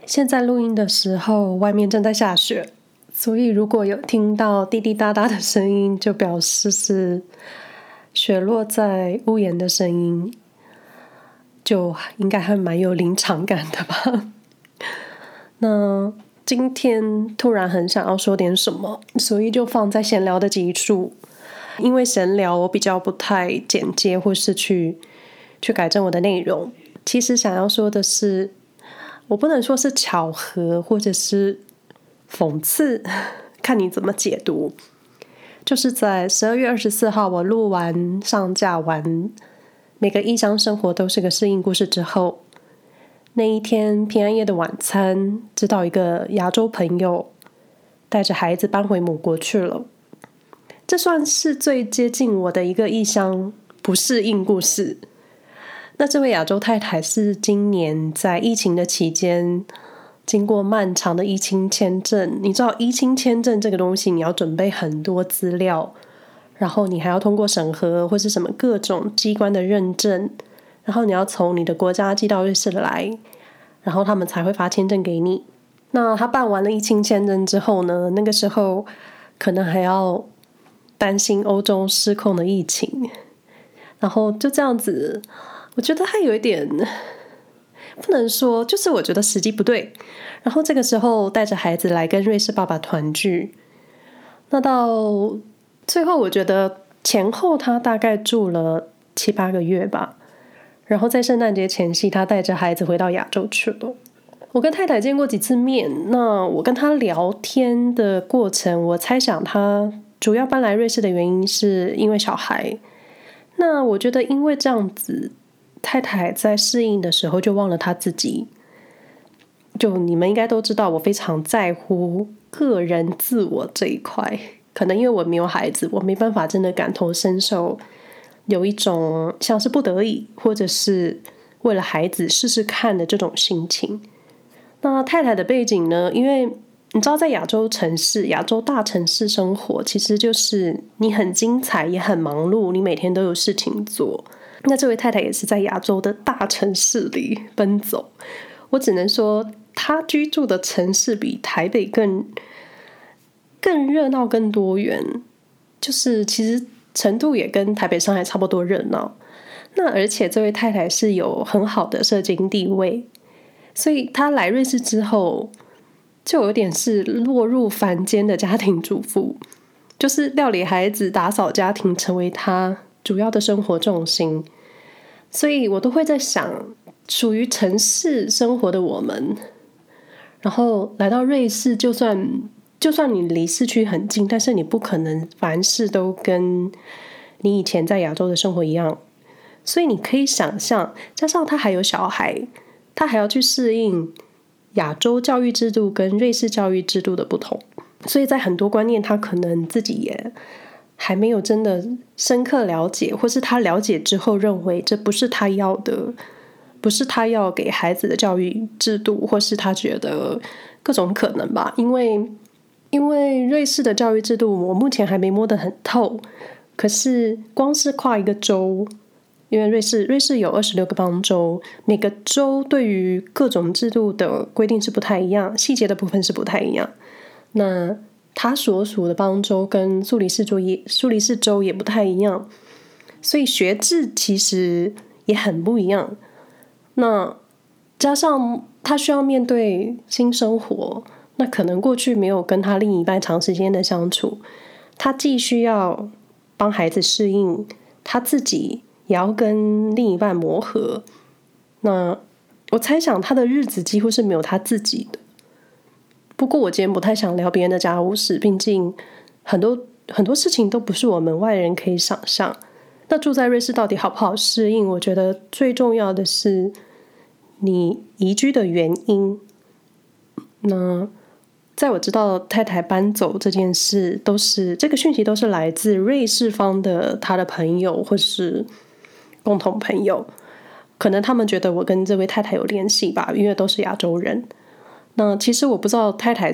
现在录音的时候，外面正在下雪，所以如果有听到滴滴答答的声音，就表示是雪落在屋檐的声音，就应该还蛮有临场感的吧。那今天突然很想要说点什么，所以就放在闲聊的集数。因为闲聊我比较不太剪接或是去改正我的内容。其实想要说的是，我不能说是巧合或者是讽刺，看你怎么解读。就是在12月24号我录完上架完每个异乡生活都是个适应故事之后，那一天平安夜的晚餐，知道一个亚洲朋友带着孩子搬回母国去了。这算是最接近我的一个异乡不适应故事。那这位亚洲太太是今年在疫情的期间，经过漫长的疫情签证。你知道疫情签证这个东西，你要准备很多资料，然后你还要通过审核或是什么各种机关的认证，然后你要从你的国家寄到瑞士来，然后他们才会发签证给你。那他办完了疫情签证之后呢，那个时候可能还要担心欧洲失控的疫情，然后就这样子，我觉得他有一点不能说，就是我觉得时机不对。然后这个时候带着孩子来跟瑞士爸爸团聚，那到最后我觉得前后他大概住了7-8个月吧。然后在圣诞节前夕，他带着孩子回到亚洲去了。我跟太太见过几次面，那我跟他聊天的过程，我猜想他主要搬来瑞士的原因是因为小孩。那我觉得因为这样子，太太在适应的时候就忘了她自己。就你们应该都知道，我非常在乎个人自我这一块。可能因为我没有孩子，我没办法真的感同身受，有一种像是不得已或者是为了孩子试试看的这种心情。那太太的背景呢，因为你知道在亚洲大城市生活，其实就是你很精彩也很忙碌，你每天都有事情做。那这位太太也是在亚洲的大城市里奔走。我只能说她居住的城市比台北更热闹更多元，就是其实程度也跟台北上海差不多热闹。那而且这位太太是有很好的社经地位，所以她来瑞士之后就有点是落入凡间的家庭主妇，就是料理孩子打扫家庭成为她主要的生活重心。所以我都会在想，属于城市生活的我们，然后来到瑞士，就算你离市区很近，但是你不可能凡事都跟你以前在亚洲的生活一样。所以你可以想象，加上他还有小孩，他还要去适应亚洲教育制度跟瑞士教育制度的不同，所以在很多观念他可能自己也还没有真的深刻了解，或是他了解之后认为这不是他要的，不是他要给孩子的教育制度，或是他觉得各种可能吧。因为瑞士的教育制度我目前还没摸得很透，可是光是跨一个州，因为瑞士有26个邦州，每个州对于各种制度的规定是不太一样，细节的部分是不太一样。那他所属的邦州跟苏黎世州也不太一样，所以学制其实也很不一样。那加上他需要面对新生活，那可能过去没有跟他另一半长时间的相处，他既需要帮孩子适应，他自己也要跟另一半磨合。那我猜想他的日子几乎是没有他自己的。不过我今天不太想聊别人的家务事，毕竟很多事情都不是我们外人可以想象。那住在瑞士到底好不好适应，我觉得最重要的是你移居的原因。那在我知道太太搬走这件事，这个讯息都是来自瑞士方的他的朋友或是共同朋友，可能他们觉得我跟这位太太有联系吧，因为都是亚洲人。那其实我不知道太太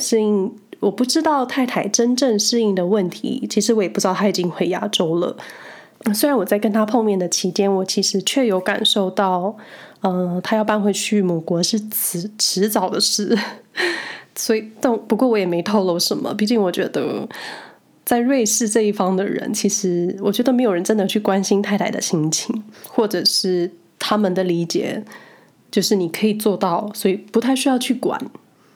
真正适应的问题，其实我也不知道她已经回亚洲了。虽然我在跟她碰面的期间，我其实确有感受到他要搬回去母国是迟早的事。所以不过我也没透露什么，毕竟我觉得在瑞士这一方的人，其实我觉得没有人真的去关心太太的心情，或者是他们的理解就是你可以做到，所以不太需要去管，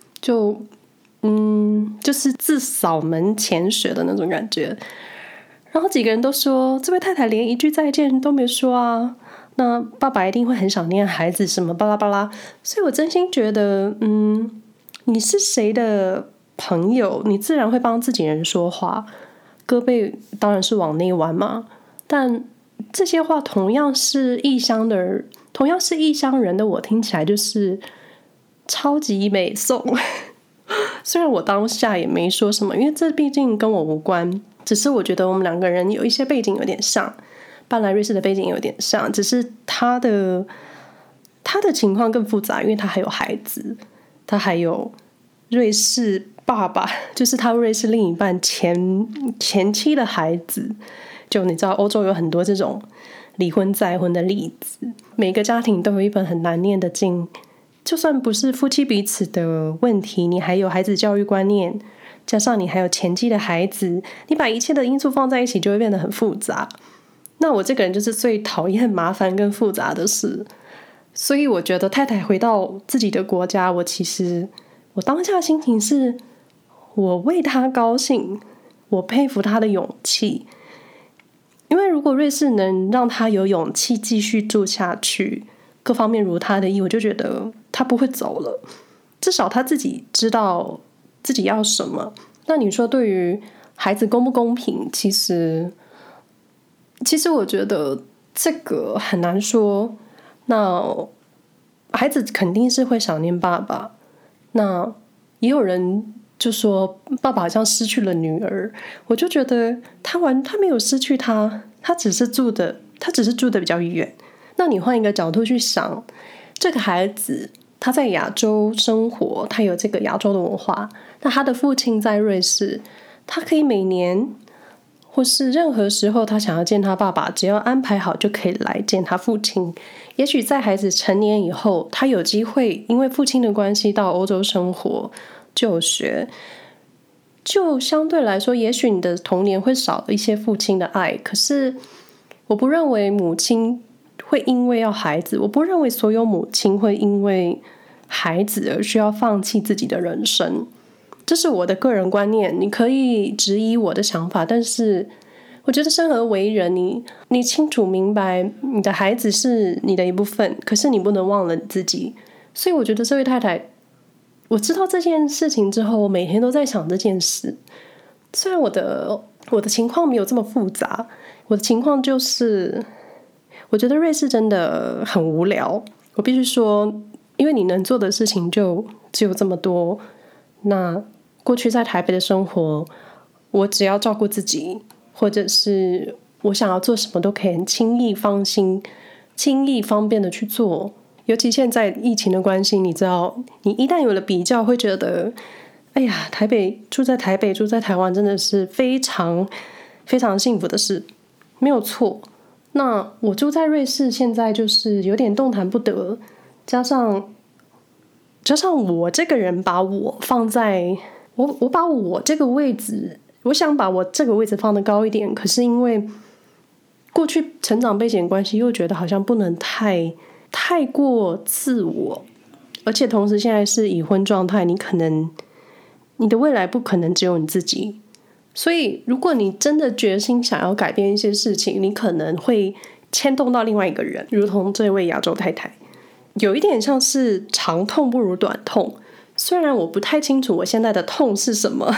就是自扫门前雪的那种感觉。然后几个人都说这位太太连一句再见都没说啊，那爸爸一定会很想念孩子什么巴拉巴拉。所以我真心觉得你是谁的朋友，你自然会帮自己人说话，胳膊当然是往内弯嘛。但这些话同样是异乡人的我听起来就是超级美颂。虽然我当下也没说什么，因为这毕竟跟我无关，只是我觉得我们两个人有一些背景有点像，搬来瑞士的背景有点像，只是他的情况更复杂，因为他还有孩子，他还有瑞士爸爸，就是他瑞士另一半前妻的孩子。就你知道欧洲有很多这种离婚再婚的例子，每个家庭都有一本很难念的经，就算不是夫妻彼此的问题，你还有孩子教育观念，加上你还有前妻的孩子，你把一切的因素放在一起就会变得很复杂。那我这个人就是最讨厌麻烦跟复杂的事，所以我觉得太太回到自己的国家，我当下的心情是我为她高兴，我佩服她的勇气。因为如果瑞士能让他有勇气继续住下去，各方面如他的意，我就觉得他不会走了，至少他自己知道自己要什么。那你说对于孩子公不公平，其实我觉得这个很难说。那孩子肯定是会想念爸爸，那也有人就说爸爸好像失去了女儿，我就觉得他没有失去他只是住的比较远。那你换一个角度去想，这个孩子他在亚洲生活，他有这个亚洲的文化，那他的父亲在瑞士，他可以每年或是任何时候他想要见他爸爸，只要安排好就可以来见他父亲。也许在孩子成年以后，他有机会因为父亲的关系到欧洲生活就学，就相对来说也许你的童年会少了一些父亲的爱。可是我不认为母亲会因为要孩子，我不认为所有母亲会因为孩子而需要放弃自己的人生，这是我的个人观念，你可以质疑我的想法，但是我觉得生而为人，你清楚明白你的孩子是你的一部分，可是你不能忘了你自己。所以我觉得这位太太，我知道这件事情之后，我每天都在想这件事。虽然我的情况没有这么复杂，我的情况就是我觉得瑞士真的很无聊，我必须说，因为你能做的事情就只有这么多。那过去在台北的生活，我只要照顾自己，或者是我想要做什么都可以很轻易放心、轻易方便的去做。尤其现在疫情的关系，你知道，你一旦有了比较，会觉得，哎呀，住在台北、住在台湾，真的是非常非常幸福的事，没有错。那我住在瑞士，现在就是有点动弹不得，加上我这个人把我放在我把我这个位置，我想把我这个位置放得高一点，可是因为过去成长背景关系，又觉得好像不能太过自我，而且同时现在是已婚状态，你的未来不可能只有你自己，所以如果你真的决心想要改变一些事情，你可能会牵动到另外一个人，如同这位亚洲太太，有一点像是长痛不如短痛。虽然我不太清楚我现在的痛是什么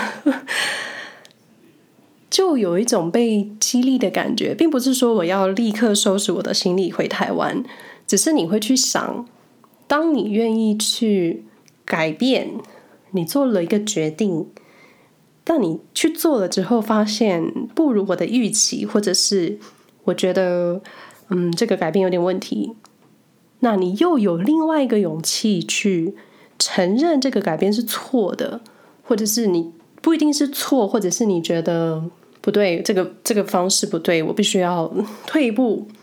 就有一种被激励的感觉，并不是说我要立刻收拾我的行李回台湾，只是你会去想，当你愿意去改变，你做了一个决定，但你去做了之后发现不如我的预期，或者是我觉得这个改变有点问题，那你又有另外一个勇气去承认这个改变是错的，或者是你不一定是错，或者是你觉得不对，这个方式不对，我必须要退一步，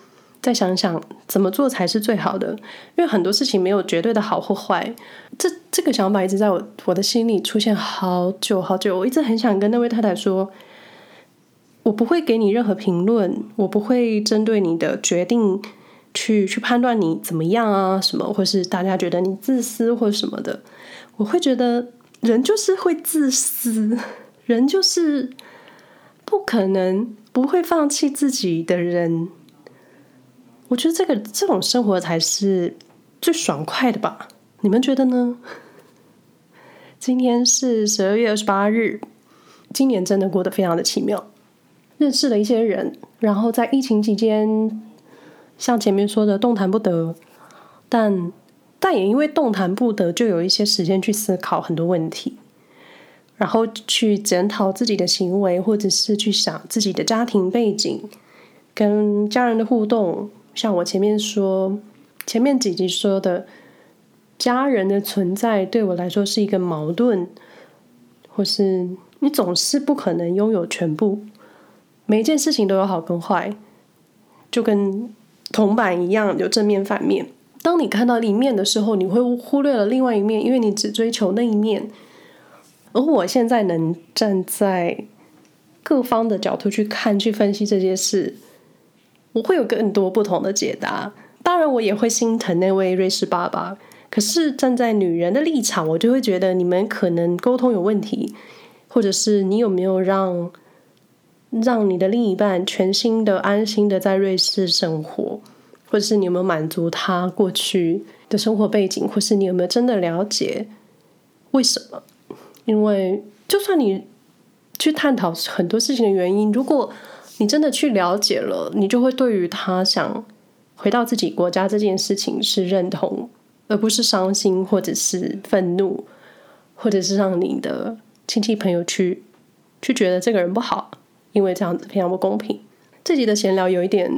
再想想怎么做才是最好的，因为很多事情没有绝对的好或坏。这个想法一直在我的心里出现好久好久，我一直很想跟那位太太说，我不会给你任何评论，我不会针对你的决定去判断你怎么样啊什么，或是大家觉得你自私或什么的。我会觉得人就是会自私，人就是不可能不会放弃自己的人。我觉得这种生活才是最爽快的吧，你们觉得呢？今天是12月28日，今年真的过得非常的奇妙，认识了一些人，然后在疫情期间像前面说的动弹不得，但也因为动弹不得，就有一些时间去思考很多问题，然后去检讨自己的行为，或者是去想自己的家庭背景跟家人的互动。像我前面几集说的，家人的存在对我来说是一个矛盾，或是你总是不可能拥有全部，每一件事情都有好跟坏，就跟铜板一样，有正面反面。当你看到一面的时候，你会忽略了另外一面，因为你只追求那一面。而我现在能站在各方的角度去看、去分析这件事，我会有更多不同的解答。当然我也会心疼那位瑞士爸爸，可是站在女人的立场，我就会觉得你们可能沟通有问题，或者是你有没有让你的另一半全心的安心的在瑞士生活，或者是你有没有满足他过去的生活背景，或是你有没有真的了解为什么。因为就算你去探讨很多事情的原因，如果你真的去了解了，你就会对于他想回到自己国家这件事情是认同，而不是伤心或者是愤怒，或者是让你的亲戚朋友去觉得这个人不好，因为这样子非常不公平。这集的闲聊有一点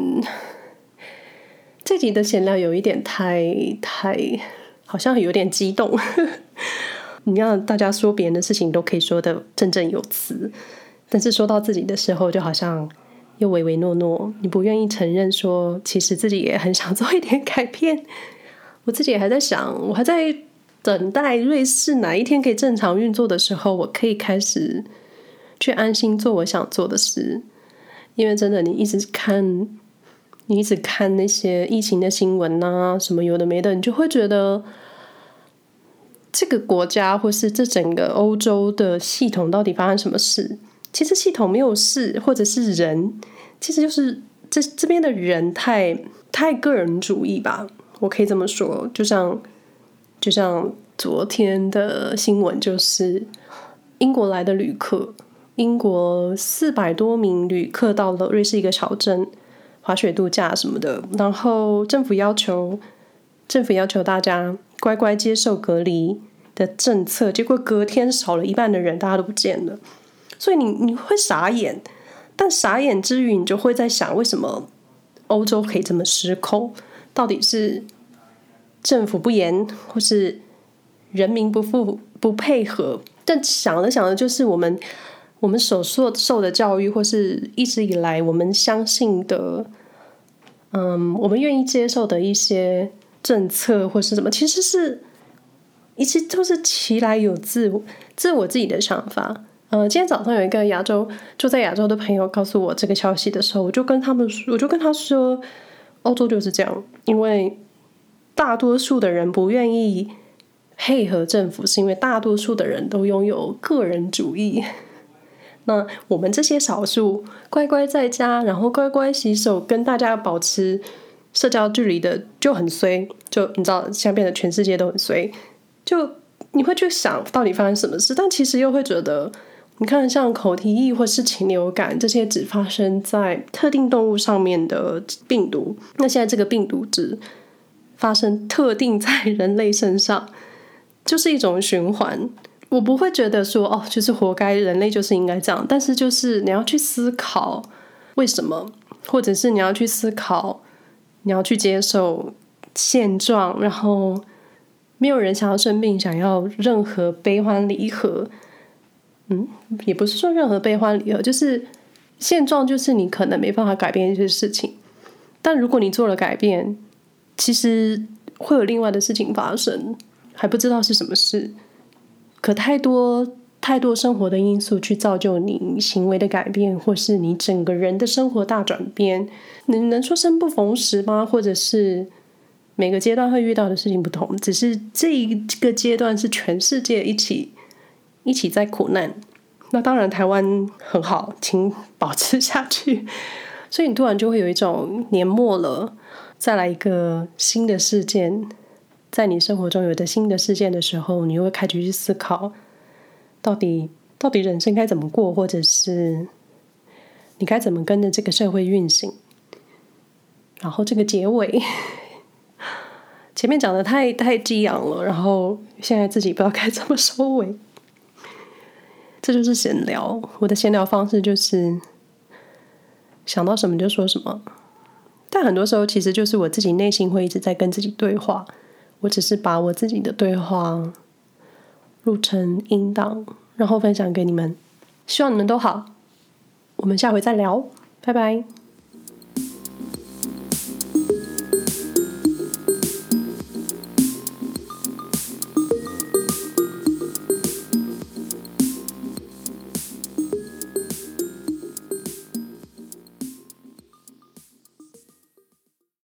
太好像有点激动你让大家说别人的事情都可以说的振振有词，但是说到自己的时候就好像又唯唯诺诺，你不愿意承认说其实自己也很想做一点改变。我自己也还在想，我还在等待瑞士哪一天可以正常运作的时候，我可以开始去安心做我想做的事。因为真的你一直看那些疫情的新闻啊什么有的没的，你就会觉得这个国家或是这整个欧洲的系统到底发生什么事。其实系统没有事，或者是人，其实就是这边的人太个人主义吧，我可以这么说。就像昨天的新闻，就是英国来的旅客，英国400多名旅客到了瑞士一个小镇滑雪度假什么的，然后政府要求大家乖乖接受隔离的政策，结果隔天少了一半的人，大家都不见了。所以你会傻眼，但傻眼之余，你就会在想，为什么欧洲可以这么失控？到底是政府不严，或是人民不配合？但想着就是我们所受的教育，或是一直以来我们相信的，我们愿意接受的一些政策或是什么，其实都是其来有自我自己的想法。今天早上有一个住在亚洲的朋友告诉我这个消息的时候，我就跟他说，欧洲就是这样，因为大多数的人不愿意配合政府，是因为大多数的人都拥有个人主义。那我们这些少数乖乖在家，然后乖乖洗手，跟大家保持社交距离的就很衰，就你知道现在变得全世界都很衰，就你会去想到底发生什么事，但其实又会觉得，你看像口蹄疫或是禽流感这些只发生在特定动物上面的病毒，那现在这个病毒只发生特定在人类身上，就是一种循环。我不会觉得说就是活该，人类就是应该这样，但是就是你要去思考为什么，或者是你要去思考，你要去接受现状，然后没有人想要生病，想要任何悲欢离合。也不是说任何悲欢离合，就是现状就是你可能没办法改变一些事情， 但如果你做了改变，其实会有另外的事情发生，还不知道是什么事。可太多生活的因素去造就你行为的改变，或是你整个人的生活大转变。你能说生不逢时吗？或者是每个阶段会遇到的事情不同，只是这一个阶段是全世界一起在苦难。那当然台湾很好，请保持下去。所以你突然就会有一种年末了，再来一个新的事件，在你生活中有的新的事件的时候，你又会开始去思考到底人生该怎么过，或者是你该怎么跟着这个社会运行。然后这个结尾前面讲的太激昂了，然后现在自己不知道该怎么收尾。这就是闲聊，我的闲聊方式就是想到什么就说什么，但很多时候其实就是我自己内心会一直在跟自己对话，我只是把我自己的对话录成音档，然后分享给你们。希望你们都好，我们下回再聊，拜拜。